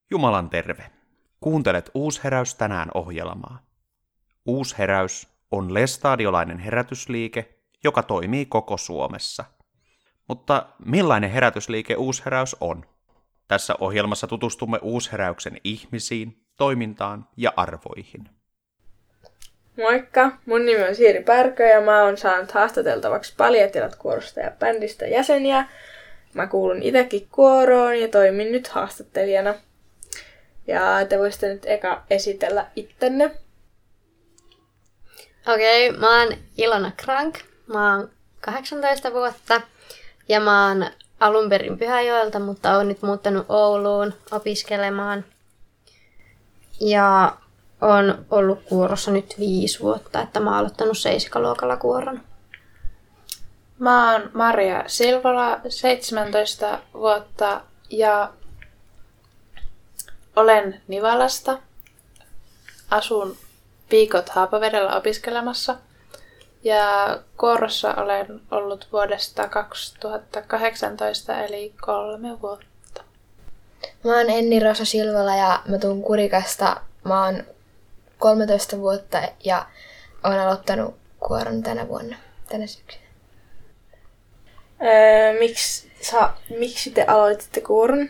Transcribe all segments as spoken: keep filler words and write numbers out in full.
Jumalan terve. Kuuntelet Uusheräys tänään -ohjelmaa. Uusheräys on lestadiolainen herätysliike, joka toimii koko Suomessa. Mutta millainen herätysliike Uusheräys on? Tässä ohjelmassa tutustumme Uusheräyksen ihmisiin, toimintaan ja arvoihin. Moikka, mun nimi on Siiri Pärkö ja mä oon saanut haastateltavaksi Paljetilat-kuorosta ja bändistä jäseniä. Mä kuulun itekin kuoroon ja toimin nyt haastattelijana. Ja te voisitte nyt eka esitellä ittenne. Okei, okay, mä oon Ilona Krank. Mä oon kahdeksantoista vuotta ja mä oon alun perin Pyhäjoelta, mutta oon nyt muuttanut Ouluun opiskelemaan. Ja oon ollut kuorossa nyt viisi vuotta, että mä oon aloittanut seiskaluokalla kuoron. Mä oon Maria Silvola, seitsemäntoista vuotta ja olen Nivalasta. Asun viikot Haapavedellä opiskelemassa ja kuorossa olen ollut vuodesta kaksituhattakahdeksantoista eli kolme vuotta. Mä oon Enni Rosa Silvola ja mä tuun Kurikasta. Mä oon kolmetoista vuotta ja oon aloittanut kuoron tänä vuonna, tänä syksynä. Öö, miksi, sa, miksi te aloititte kuoron?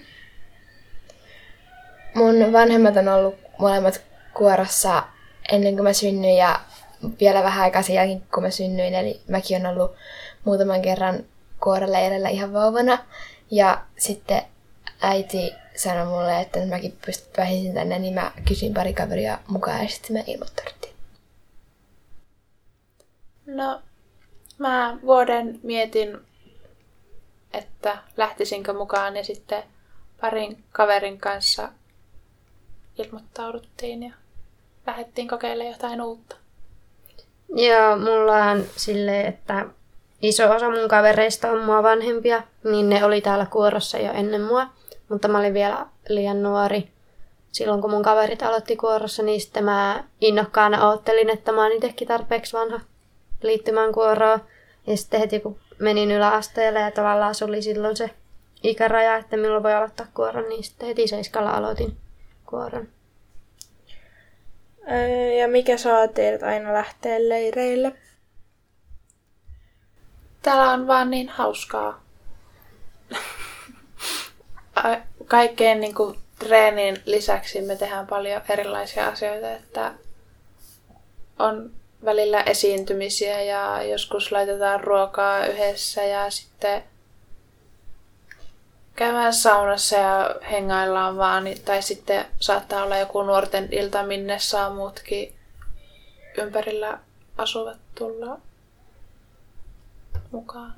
Mun vanhemmat on ollut molemmat kuorossa ennen kuin mä synnyin ja vielä vähän aikaa sen jälkeen, kun mä synnyin. Eli mäkin on ollut muutaman kerran kuoroleirillä ihan vauvana. Ja sitten äiti sanoi mulle, että mäkin pääsin tänne, niin mä kysyin pari kaveria mukaan ja sitten me ilmoittauduttiin. No, mä vuoden mietin, että lähtisinkö mukaan ja sitten parin kaverin kanssa ilmoittauduttiin ja lähdettiin kokeilemaan jotain uutta. Ja mulla on silleen, että iso osa mun kavereista on mua vanhempia, niin ne oli täällä kuorossa jo ennen mua. Mutta mä olin vielä liian nuori. Silloin kun mun kaverit aloitti kuorossa, niin sitten mä innokkaana oottelin, että mä oon itsekin tarpeeksi vanha liittymään kuoroon. Ja sitten heti kun menin yläasteelle ja tavallaan se oli silloin se ikäraja, että milloin voi aloittaa kuoron, niin sitten heti seiskalla aloitin kuoron. Ja mikä saa teidät aina lähteä leireille? Täällä on vaan niin hauskaa. Kaikkeen niin kuin treenin lisäksi me tehdään paljon erilaisia asioita, että on välillä esiintymisiä ja joskus laitetaan ruokaa yhdessä ja sitten käydään saunassa ja hengaillaan vaan, tai sitten saattaa olla joku nuorten ilta, minne saa muutkin ympärillä asuvat tulla mukaan.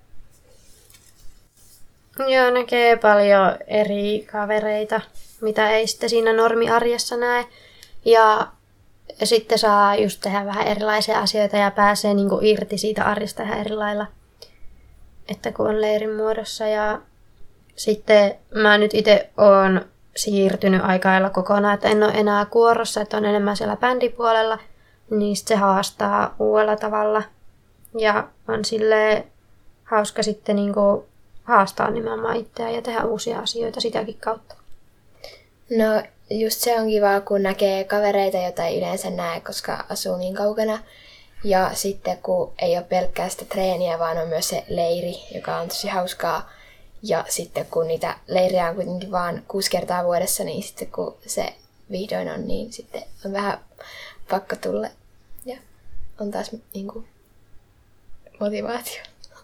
Joo, näkee paljon eri kavereita, mitä ei sitten siinä normiarjessa näe. Ja sitten saa just tehdä vähän erilaisia asioita ja pääsee niinku irti siitä arjesta ihan eri lailla. Että kun on leirin muodossa. Ja sitten mä nyt itse oon siirtynyt aika lailla kokonaan, että en ole enää kuorossa, että on enemmän siellä bändipuolella. Niin se haastaa uudella tavalla. Ja on silleen hauska sitten niinku haastaa nimenomaan itseään ja tehdä uusia asioita sitäkin kautta. No just se on kiva, kun näkee kavereita, joita ei yleensä näe, koska asuu niin kaukana. Ja sitten kun ei ole pelkkää sitä treeniä, vaan on myös se leiri, joka on tosi hauskaa. Ja sitten kun niitä leirejä on kuitenkin vaan kuusi kertaa vuodessa, niin sitten kun se vihdoin on, niin sitten on vähän pakko tulla. Ja on taas niin kuin motivaatio.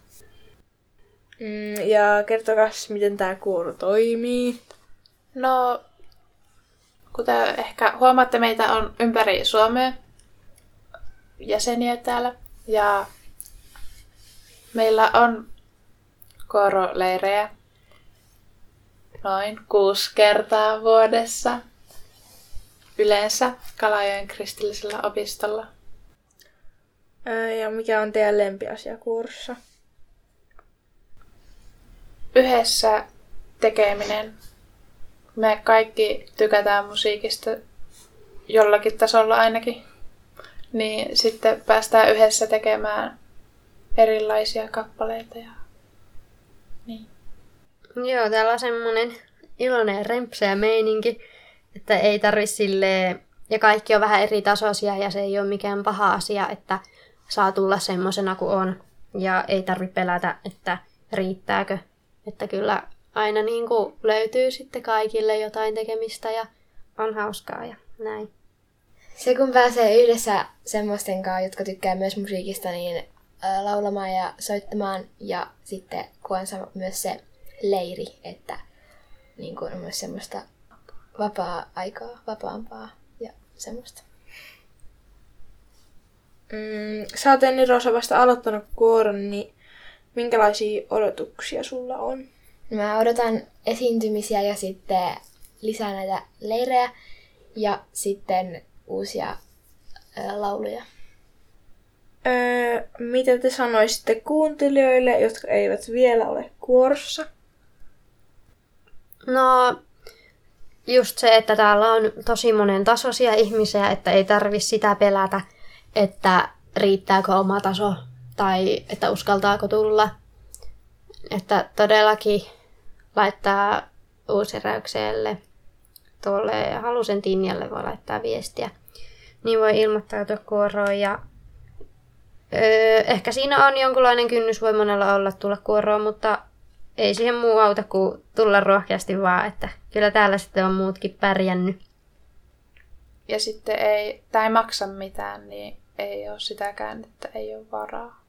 Mm, ja kertokas, miten tämä kuoro toimii. No, kuten ehkä huomaatte, meitä on ympäri Suomea jäseniä täällä. Ja meillä on kuoroleirejä noin kuusi kertaa vuodessa. Yleensä Kalajoen kristillisellä opistolla. Ja mikä on teidän lempiasia kuorossa? Yhdessä tekeminen. Me kaikki tykätään musiikista jollakin tasolla ainakin. Niin sitten päästään yhdessä tekemään erilaisia kappaleita. Ja... Niin. Joo, täällä on semmoinen iloinen ja rempseä meininki, että ei tarvi silleen, ja kaikki on vähän eri tasoisia ja se ei ole mikään paha asia, että saa tulla semmosena kuin on ja ei tarvi pelätä, että riittääkö, että kyllä aina niin kuin löytyy sitten kaikille jotain tekemistä ja on hauskaa ja näin. Se kun pääsee yhdessä semmoisten kanssa, jotka tykkää myös musiikista, niin ää, laulamaan ja soittamaan ja sitten kun on sama, myös se leiri, että niin kuin on myös semmoista vapaa-aikaa, vapaampaa ja semmoista. Mm, sä oot Enni Roosa vasta aloittanut kuoron, niin minkälaisia odotuksia sulla on? Mä odotan esiintymisiä ja sitten lisää näitä leirejä ja sitten uusia ää, lauluja. Öö, mitä te sanoisitte kuuntelijoille, jotka eivät vielä ole kuorossa? No, just se, että täällä on tosi monen tasoisia ihmisiä, että ei tarvi sitä pelätä, että riittääkö oma taso tai että uskaltaako tulla. Että todellakin laittaa uusheräykselle tuolle Halusen Tinjalle voi laittaa viestiä. Niin voi ilmoittautua kuoroon ja öö, ehkä siinä on jonkunlainen kynnys voi monella olla tulla kuoroon, mutta ei siihen muu auta kuin tulla rohkeasti vaan, että kyllä täällä sitten on muutkin pärjännyt. Ja sitten ei, tämä ei maksa mitään, niin ei ole sitäkään, että ei ole varaa.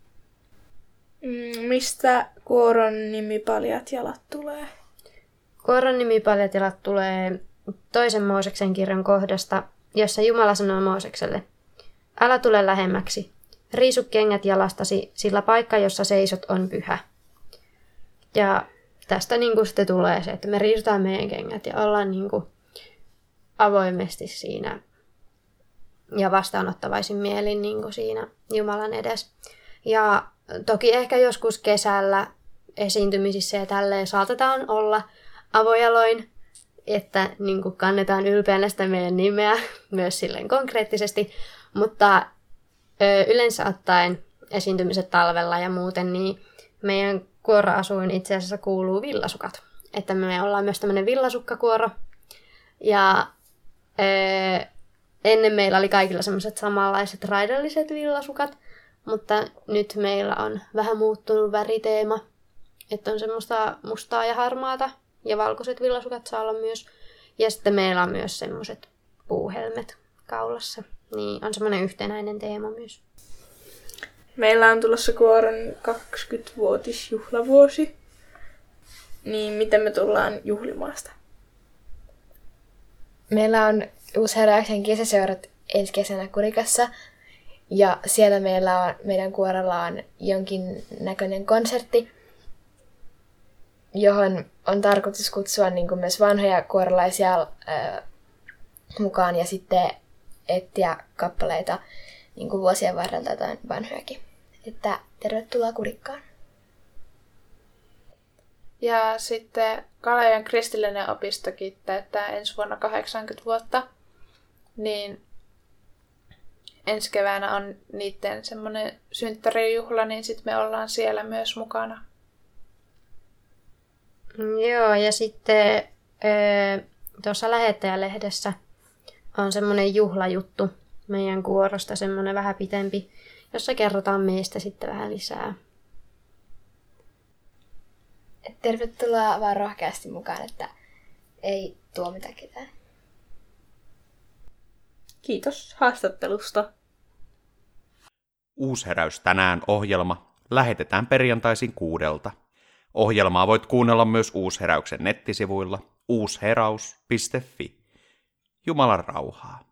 Mm, mistä kuoron nimi Paljat jalat tulee? Kuoron nimi Paljat jalat tulee toisen Mooseksen kirjan kohdasta, jossa Jumala sanoo Moosekselle: älä tule lähemmäksi, riisu kengät jalastasi, sillä paikka, jossa seisot, on pyhä. Ja tästä niin kuin sitten tulee se, että me riisutaan meidän kengät ja ollaan niin kuin avoimesti siinä ja vastaanottavaisin mielin niin kuin siinä Jumalan edes. Ja toki ehkä joskus kesällä esiintymisissä ja tälleen saatetaan olla avojaloin, että niin kuin kannetaan ylpeänä sitä meidän nimeä myös silleen konkreettisesti, mutta ö, yleensä ottaen esiintymiset talvella ja muuten, niin meidän kuoro-asuin itse asiassa kuuluu villasukat. Että me ollaan myös tämmöinen villasukkakuoro. Ja ö, ennen meillä oli kaikilla semmoiset samanlaiset raidalliset villasukat, mutta nyt meillä on vähän muuttunut väriteema. Että on semmoista mustaa ja harmaata ja valkoiset villasukat saa olla myös. Ja sitten meillä on myös semmoiset puuhelmet kaulassa. Niin on semmoinen yhtenäinen teema myös. Meillä on tulossa kuoron kaksikymmenvuotisjuhlavuosi. Niin miten me tullaan juhlimaan sitä? Meillä on Uusheräyksen kesäseurat ensi kesänä Kurikassa. Ja siellä meillä on, meidän kuorolla on jonkin näköinen konsertti, johon on tarkoitus kutsua niin kuin myös vanhoja kuorolaisia ää, mukaan ja sitten etsiä kappaleita niin kuin vuosien varrelta jotain vanhojakin. Että tervetuloa Kurikkaan. Ja sitten Kalajoen kristillinen opistokin täyttää ensi vuonna kahdeksankymmentä vuotta, niin ensi keväänä on niiden semmoinen synttärijuhla, niin sitten me ollaan siellä myös mukana. Joo, ja sitten öö, tuossa lähettäjälehdessä on semmoinen juhlajuttu meidän kuorosta, semmoinen vähän pitempi, jossa kerrotaan meistä sitten vähän lisää. Tervetuloa vaan rohkeasti mukaan, että ei tuomita ketään. Kiitos haastattelusta. Uusheräys tänään -ohjelma lähetetään perjantaisin kuudelta. Ohjelmaa voit kuunnella myös Uusheräyksen nettisivuilla uusheraus piste fi. Jumalan rauhaa.